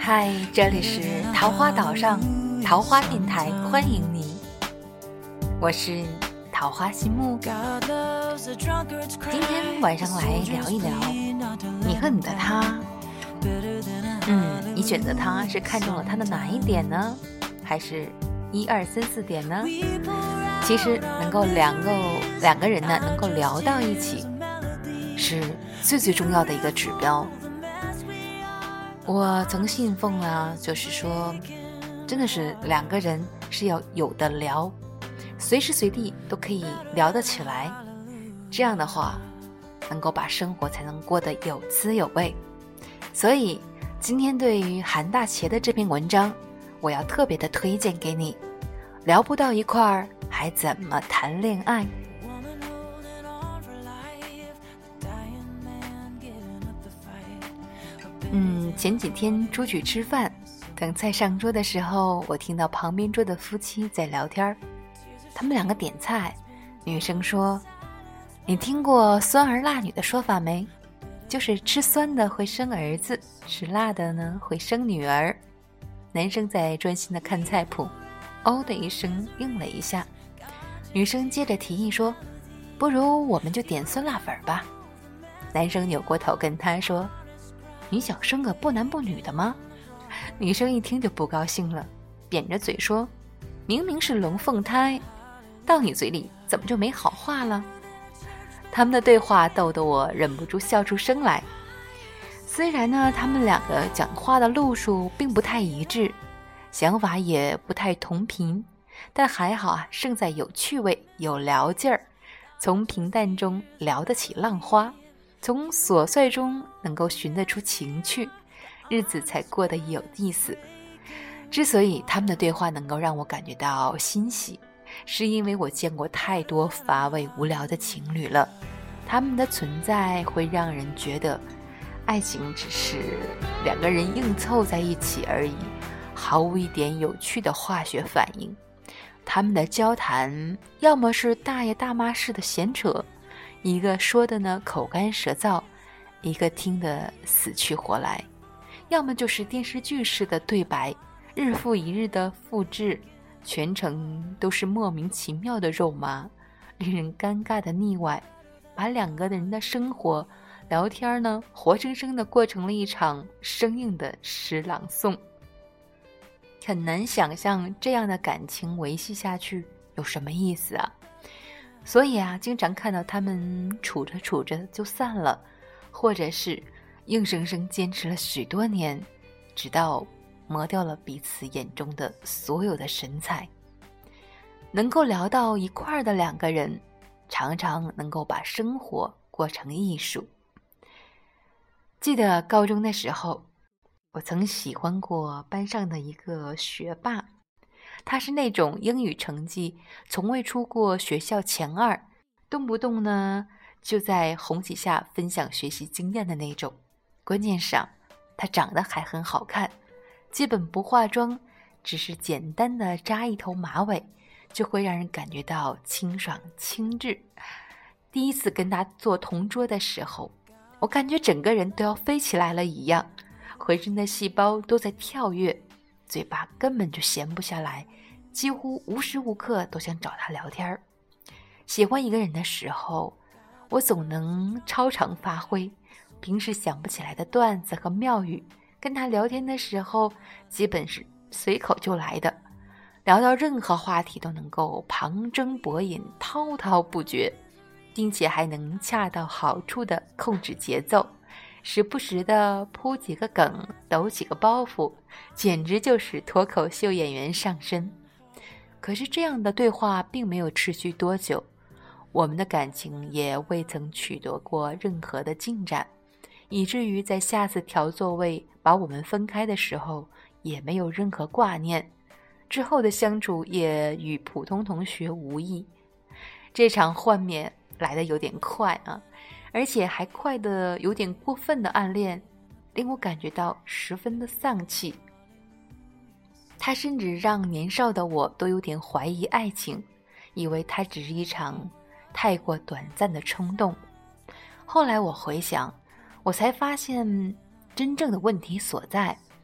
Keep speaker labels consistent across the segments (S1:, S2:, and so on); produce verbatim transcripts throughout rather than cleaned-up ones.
S1: 嗨，这里是桃花岛上桃花电台，欢迎你，我是桃花心木。今天晚上来聊一聊你和你的他。嗯，你选择他是看中了他的哪一点呢？还是一二三四点呢？其实能够两个两个人呢能够聊到一起，是最最重要的一个指标。我曾信奉啊，就是说真的是两个人是要有的聊，随时随地都可以聊得起来，这样的话能够把生活才能过得有滋有味。所以今天对于韩大茄的这篇文章，我要特别的推荐给你。聊不到一块儿还怎么谈恋爱？嗯，前几天出去吃饭，等菜上桌的时候，我听到旁边桌的夫妻在聊天。他们两个点菜，女生说：“你听过酸儿辣女的说法没？就是吃酸的会生儿子，吃辣的呢会生女儿。”男生在专心的看菜谱，哦的一声应了一下。女生接着提议说：“不如我们就点酸辣粉吧。”男生扭过头跟她说：“你想生个不男不女的吗？”女生一听就不高兴了，扁着嘴说：“明明是龙凤胎，到你嘴里怎么就没好话了？”他们的对话逗得我忍不住笑出声来。虽然呢，他们两个讲话的路数并不太一致，想法也不太同频，但还好啊，胜在有趣味，有聊劲儿，从平淡中聊得起浪花，从琐碎中能够寻得出情趣，日子才过得有意思。之所以他们的对话能够让我感觉到欣喜，是因为我见过太多乏味无聊的情侣了，他们的存在会让人觉得爱情只是两个人硬凑在一起而已，毫无一点有趣的化学反应。他们的交谈要么是大爷大妈式的闲扯，一个说的呢口干舌燥，一个听得死去活来，要么就是电视剧式的对白，日复一日的复制，全程都是莫名其妙的肉麻，令人尴尬的腻歪，把两个人的生活聊天呢活生生的过成了一场生硬的诗朗诵。很难想象这样的感情维系下去有什么意思啊。所以啊，经常看到他们处着处着就散了，或者是硬生生坚持了许多年，直到磨掉了彼此眼中的所有的神采。能够聊到一块儿的两个人，常常能够把生活过成艺术。记得高中的时候，我曾喜欢过班上的一个学霸，他是那种英语成绩从未出过学校前二，动不动呢就在红旗下分享学习经验的那种。关键是啊，他长得还很好看，基本不化妆，只是简单的扎一头马尾，就会让人感觉到清爽清致。第一次跟他坐同桌的时候，我感觉整个人都要飞起来了一样，浑身的细胞都在跳跃，嘴巴根本就闲不下来，几乎无时无刻都想找他聊天。喜欢一个人的时候，我总能超常发挥，平时想不起来的段子和妙语，跟他聊天的时候基本是随口就来的，聊到任何话题都能够旁征博引，滔滔不绝，并且还能恰到好处地控制节奏，时不时地铺几个梗，抖几个包袱，简直就是脱口秀演员上身。可是这样的对话并没有持续多久，我们的感情也未曾取得过任何的进展，以至于在下次调座位把我们分开的时候也没有任何挂念，之后的相处也与普通同学无异。这场幻灭来得有点快啊，而且还快得有点过分的暗恋，令我感觉到十分的丧气。他甚至让年少的我都有点怀疑爱情，以为它只是一场太过短暂的冲动。后来我回想，我才发现真正的问题所在，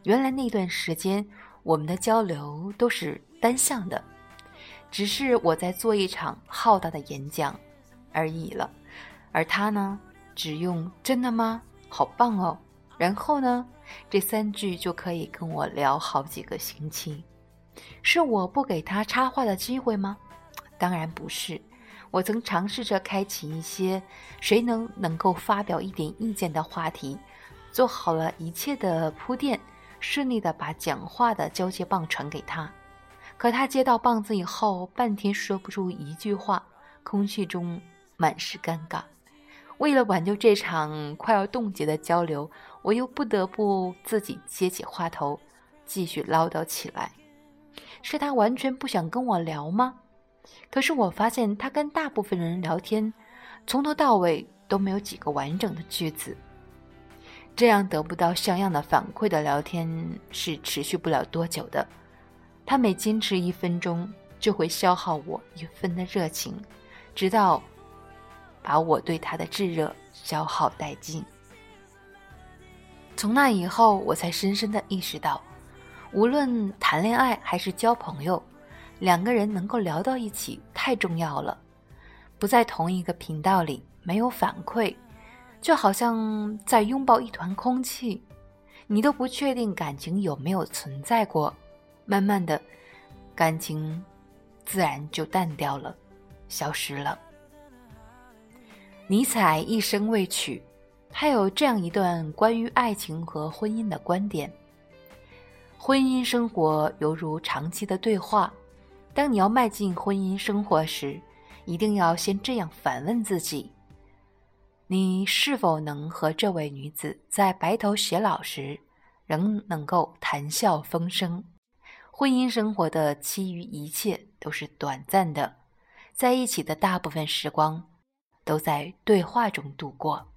S1: 原来那段时间我们的交流都是单向的，只是我在做一场浩大的演讲而已了，而他呢，只用真的吗？好棒哦，然后呢，这三句就可以跟我聊好几个星期。是我不给他插话的机会吗？当然不是，我曾尝试着开启一些谁能能够发表一点意见的话题，做好了一切的铺垫，顺利的把讲话的交接棒传给他。可他接到棒子以后，半天说不出一句话，空气中满是尴尬。为了挽救这场快要冻结的交流，我又不得不自己接起话头，继续唠叨起来。是他完全不想跟我聊吗？可是我发现他跟大部分人聊天，从头到尾都没有几个完整的句子。这样得不到像样的反馈的聊天是持续不了多久的。他每坚持一分钟，就会消耗我一分的热情，直到把我对他的炙热消耗殆尽。从那以后，我才深深地意识到，无论谈恋爱还是交朋友，两个人能够聊到一起太重要了。不在同一个频道里，没有反馈，就好像在拥抱一团空气，你都不确定感情有没有存在过，慢慢的，感情自然就淡掉了，消失了。尼采一生未娶，他有这样一段关于爱情和婚姻的观点：婚姻生活犹如长期的对话，当你要迈进婚姻生活时，一定要先这样反问自己：你是否能和这位女子在白头偕老时仍能够谈笑风生？婚姻生活的其余一切都是短暂的，在一起的大部分时光都在对话中度过。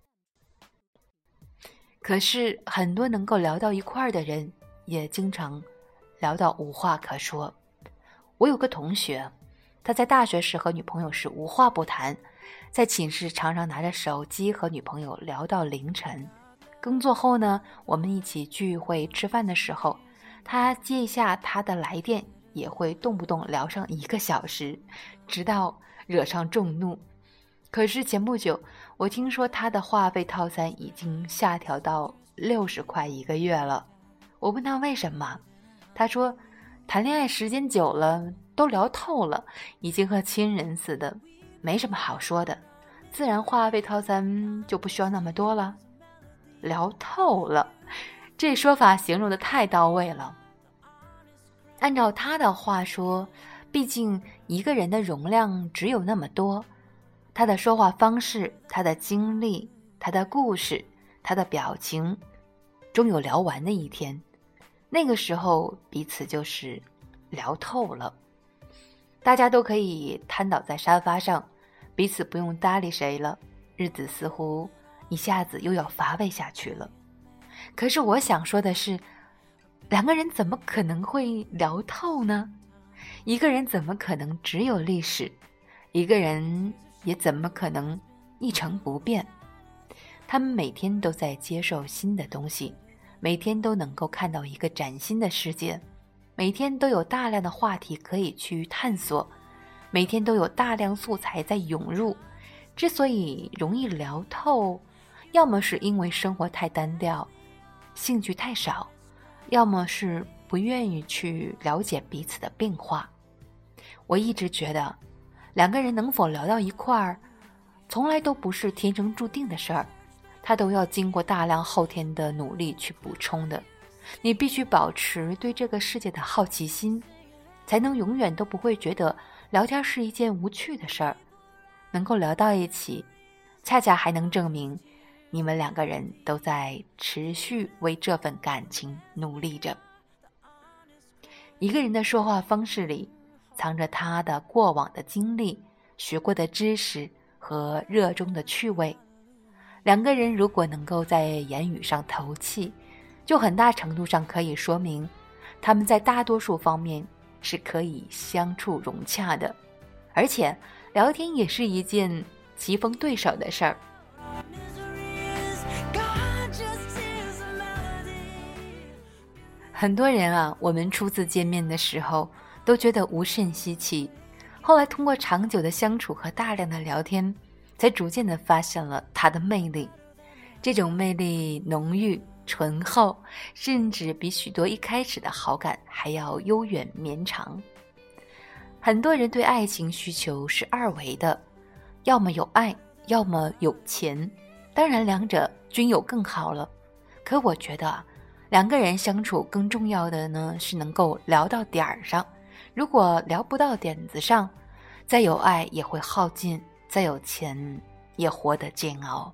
S1: 可是很多能够聊到一块儿的人，也经常聊到无话可说。我有个同学，他在大学时和女朋友是无话不谈，在寝室常常拿着手机和女朋友聊到凌晨。工作后呢，我们一起聚会吃饭的时候，他接一下他的来电，也会动不动聊上一个小时，直到惹上众怒。可是前不久，我听说他的话费套餐已经下调到六十块一个月了。我问他为什么，他说谈恋爱时间久了，都聊透了，已经和亲人似的，没什么好说的，自然话费套餐就不需要那么多了。聊透了，这说法形容的太到位了。按照他的话说，毕竟一个人的容量只有那么多，他的说话方式，他的经历，他的故事，他的表情，终有聊完的一天。那个时候彼此就是聊透了，大家都可以瘫倒在沙发上，彼此不用搭理谁了，日子似乎一下子又要乏味下去了。可是我想说的是，两个人怎么可能会聊透呢？一个人怎么可能只有历史？一个人也怎么可能一成不变？他们每天都在接受新的东西，每天都能够看到一个崭新的世界，每天都有大量的话题可以去探索，每天都有大量素材在涌入。之所以容易聊透，要么是因为生活太单调，兴趣太少，要么是不愿意去了解彼此的变化。我一直觉得，两个人能否聊到一块儿，从来都不是天生注定的事儿，它都要经过大量后天的努力去补充的。你必须保持对这个世界的好奇心，才能永远都不会觉得聊天是一件无趣的事儿。能够聊到一起，恰恰还能证明你们两个人都在持续为这份感情努力着。一个人的说话方式里，藏着他的过往的经历、学过的知识和热衷的趣味。两个人如果能够在言语上投契，就很大程度上可以说明他们在大多数方面是可以相处融洽的，而且聊天也是一件棋逢对手的事儿。 很多人啊，我们初次见面的时候都觉得无甚稀奇，后来通过长久的相处和大量的聊天，才逐渐地发现了它的魅力。这种魅力浓郁醇厚，甚至比许多一开始的好感还要悠远绵长。很多人对爱情需求是二维的，要么有爱，要么有钱，当然两者均有更好了。可我觉得两个人相处更重要的呢，是能够聊到点儿上。如果聊不到点子上，再有爱也会耗尽，再有钱也活得煎熬。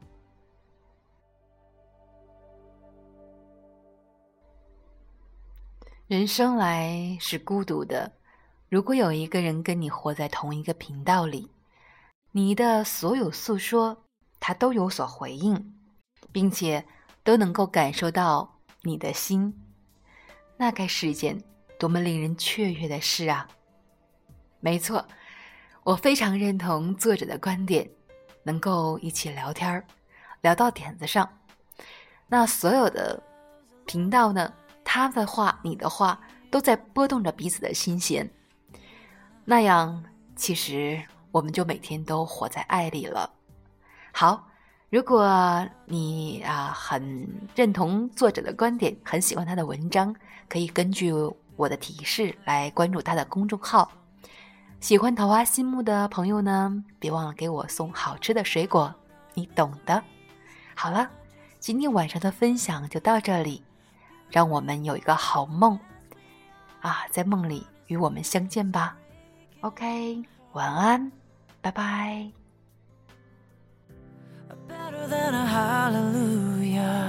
S1: 人生来是孤独的，如果有一个人跟你活在同一个频道里，你的所有诉说他都有所回应，并且都能够感受到你的心，那该是一件多么令人雀跃的事啊！没错，我非常认同作者的观点，能够一起聊天，聊到点子上。那所有的频道呢，他的话你的话都在波动着彼此的心弦，那样其实我们就每天都活在爱里了。好，如果你啊很认同作者的观点，很喜欢他的文章，可以根据我的提示来关注他的公众号。喜欢桃花心木的朋友呢，别忘了给我送好吃的水果，你懂的。好了，今天晚上的分享就到这里，让我们有一个好梦啊，在梦里与我们相见吧。 OK， 晚安，拜拜。
S2: Better than a hallelujah.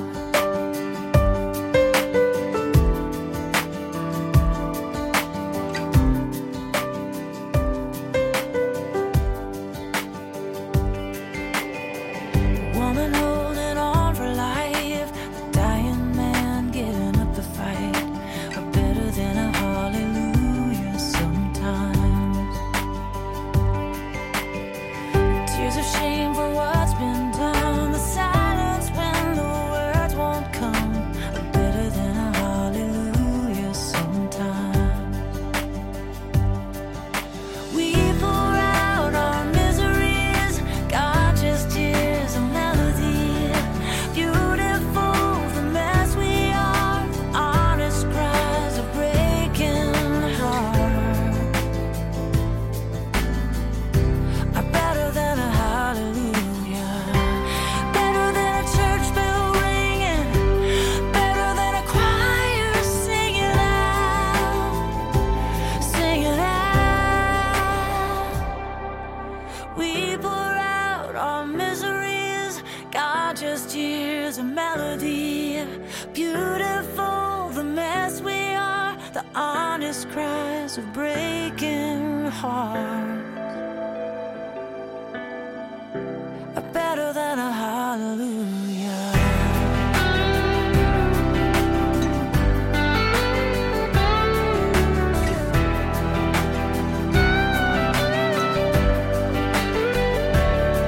S2: Woman holding on for life, the dying man getting up to fight. Are better than a hallelujah sometimes. Tears of shame for what's been done, the silence when the words won't come, are better than a hallelujah sometimes. We pour out our miseries, God just hears a melody. Beautiful the mess we are, honest cries of breaking heart are better than a hallelujah. Better than a church bell ringing, better than a choir singing out, singing out. We pour out our miseries, God just hears a melody. Beautiful the mess we are, the honest cries of breaking heart.